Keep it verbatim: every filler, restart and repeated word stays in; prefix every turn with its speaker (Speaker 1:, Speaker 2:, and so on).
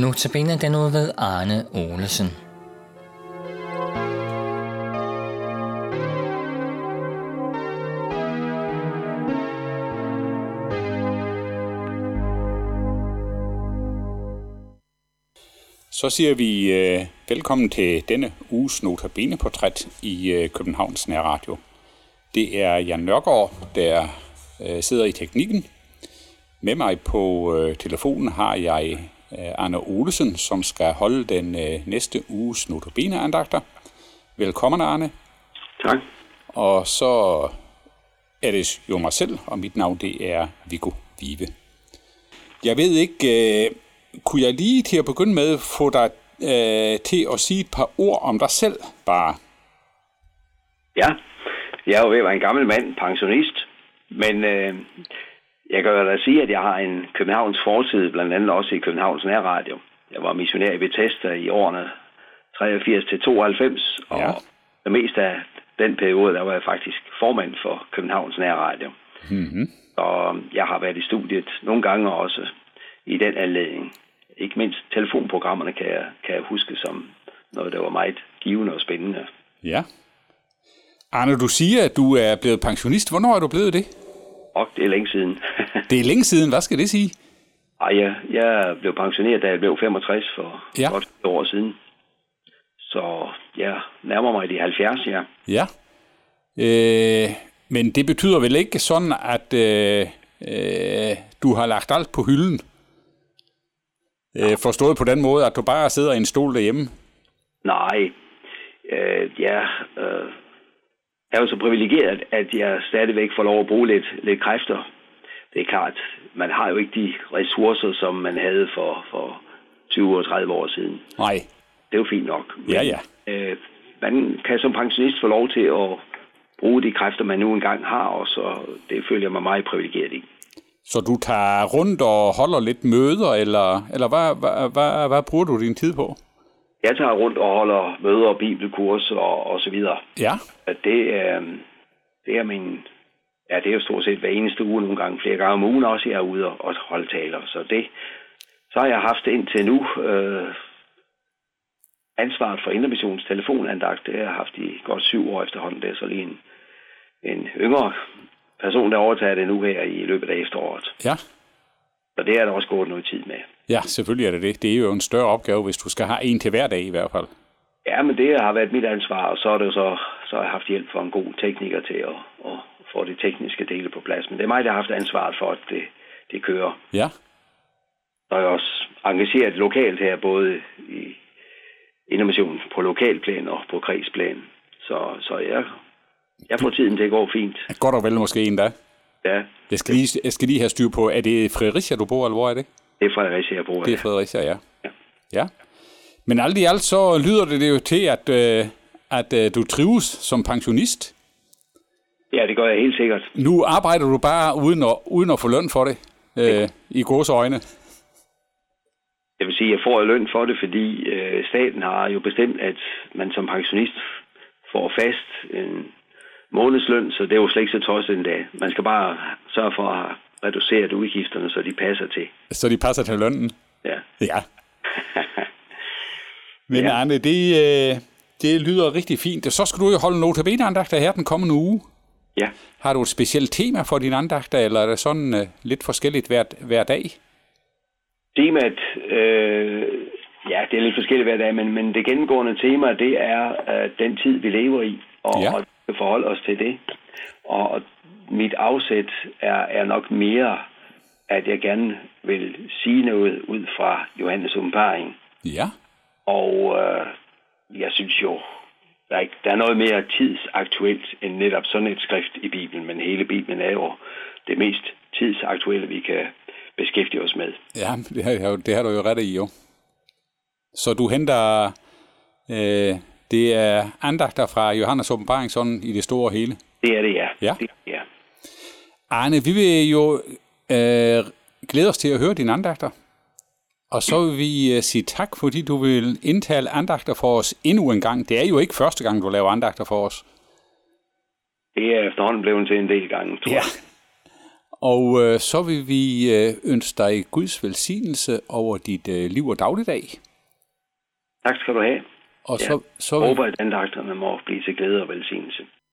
Speaker 1: Notabene den ud ved Arne Olesen.
Speaker 2: Så siger vi øh, velkommen til denne uges Notabene-portræt i øh, Københavns Nærradio. Det er Jan Nørgaard, der øh, sidder i teknikken. Med mig på øh, telefonen har jeg øh, Arne Olesen, som skal holde den øh, næste uges Notabene-andagter. Velkommen, Arne.
Speaker 3: Tak.
Speaker 2: Og så er det jo mig selv, og mit navn det er Viggo Vive. Jeg ved ikke... Øh, Kunne jeg lige til at begynde med få dig øh, til at sige et par ord om dig selv, bare?
Speaker 3: Ja, jeg er jo ved at være en gammel mand, pensionist, men øh, jeg kan jo da sige, at jeg har en Københavns fortid, blandt andet også i Københavns Nærradio. Jeg var missionær i Bethesda i årene treogfirs til tooghalvfems, og ja. Det meste af den periode, der var jeg faktisk formand for Københavns Nærradio. Mm-hmm. Og jeg har været i studiet nogle gange også i den anledning. Ikke mindst telefonprogrammerne kan jeg, kan jeg huske som noget, der var meget givende og spændende.
Speaker 2: Ja. Arne, du siger, at du er blevet pensionist. Hvornår er du blevet det?
Speaker 3: Og det er længe siden.
Speaker 2: Det er længe siden. Hvad skal det sige?
Speaker 3: Ej, jeg, jeg blev pensioneret, da jeg blev femogtres for ja. godt et år siden. Så jeg nærmer mig de halvfjerds, ja.
Speaker 2: Ja. Øh, men det betyder vel ikke sådan, at øh, øh, du har lagt alt på hylden? Øh, forstået på den måde, at du bare sidder i en stol derhjemme?
Speaker 3: Nej. Øh, ja, øh, jeg er jo så privilegeret, at jeg stadigvæk får lov at bruge lidt, lidt kræfter. Det er klart, man har jo ikke de ressourcer, som man havde for, for tyve og tredive år siden.
Speaker 2: Nej.
Speaker 3: Det er jo fint nok. Men,
Speaker 2: ja, ja.
Speaker 3: Øh, man kan som pensionist få lov til at bruge de kræfter, man nu engang har, og så det føler jeg mig meget privilegeret i.
Speaker 2: Så du tager rundt og holder lidt møder, eller, eller hvad, hvad, hvad, hvad bruger du din tid på?
Speaker 3: Jeg tager rundt og holder møder og bibelkurs og, og så videre.
Speaker 2: Ja.
Speaker 3: Det er, det er min, ja, det er jo stort set hver eneste uge, nogle gange flere gange om ugen også, jeg er ude og holde taler. Så det, så har jeg haft indtil nu øh, ansvaret for Indre Missions telefonandagt. Det har jeg haft i godt syv år efterhånden. Det er så lige en, en yngre person, der overtager det nu her i løbet af efteråret.
Speaker 2: Ja.
Speaker 3: Så det er der også gået noget tid med.
Speaker 2: Ja, selvfølgelig er det det. Det er jo en større opgave, hvis du skal have en til hver dag i hvert fald.
Speaker 3: Ja, men det har været mit ansvar, og så er det jo så, så har jeg haft hjælp fra en god tekniker til at, at få de tekniske dele på plads. Men det er mig, der har haft ansvaret for, at det, det kører.
Speaker 2: Ja.
Speaker 3: Så er jeg også engageret lokalt her, både i Indre Mission på lokalplan og på kredsplan. Så, så jeg... Jeg får tiden til at gå fint.
Speaker 2: Godt og vel måske en dag.
Speaker 3: Ja.
Speaker 2: Jeg skal, lige, jeg skal lige have styr på, er det Fredericia, du bor, eller hvor er det?
Speaker 3: Det er Fredericia, jeg bor.
Speaker 2: Det er Fredericia, ja.
Speaker 3: Ja.
Speaker 2: ja. Men alt i alt så lyder det jo til, at, øh, at øh, du trives som pensionist.
Speaker 3: Ja, det gør jeg helt sikkert.
Speaker 2: Nu arbejder du bare uden at, uden at få løn for det, øh, det i gåseøjne.
Speaker 3: Jeg vil sige, at jeg får løn for det, fordi øh, staten har jo bestemt, at man som pensionist får fast en månedsløn, så det er jo slet ikke så tosset en dag. Man skal bare sørge for at reducere udgifterne, så de passer til.
Speaker 2: Så de passer til lønnen?
Speaker 3: Ja.
Speaker 2: Ja. Men ja. Arne, det, det lyder rigtig fint. Så skal du jo holde Notabene-andagter her den kommende uge.
Speaker 3: Ja.
Speaker 2: Har du et specielt tema for dine andagter, eller er det sådan uh, lidt forskelligt hver, hver dag?
Speaker 3: Temaet, øh, ja, det er lidt forskelligt hver dag, men, men det gennemgående tema, det er uh, den tid, vi lever i, og, ja. og forholde os til det. Og mit afsæt er, er nok mere, at jeg gerne vil sige noget ud fra Johannes åbenbaring.
Speaker 2: Ja.
Speaker 3: Og øh, jeg synes jo, der er, ikke, der er noget mere tidsaktuelt end netop sådan et skrift i Bibelen, men hele Bibelen er jo det mest tidsaktuelle, vi kan beskæftige os med.
Speaker 2: Ja, det har, det har du jo ret i, jo. Så du henter... Øh Det er andagter fra Johannes åbenbaring sådan i det store hele?
Speaker 3: Det er det, ja.
Speaker 2: Ja.
Speaker 3: Det, ja.
Speaker 2: Arne, vi vil jo øh, glæde os til at høre dine andagter. Og så vil vi uh, sige tak, fordi du vil indtale andagter for os endnu en gang. Det er jo ikke første gang, du laver andagter for os.
Speaker 3: Det er efterhånden blevet til en del gange, tror jeg.
Speaker 2: Ja. Og øh, så vil vi øh, ønske dig Guds velsignelse over dit øh, liv og dagligdag.
Speaker 3: Tak skal du have.
Speaker 2: Og
Speaker 3: ja.
Speaker 2: så, så
Speaker 3: jeg
Speaker 2: vil...
Speaker 3: håber, at andagterne må blive til glæde og velsignelse.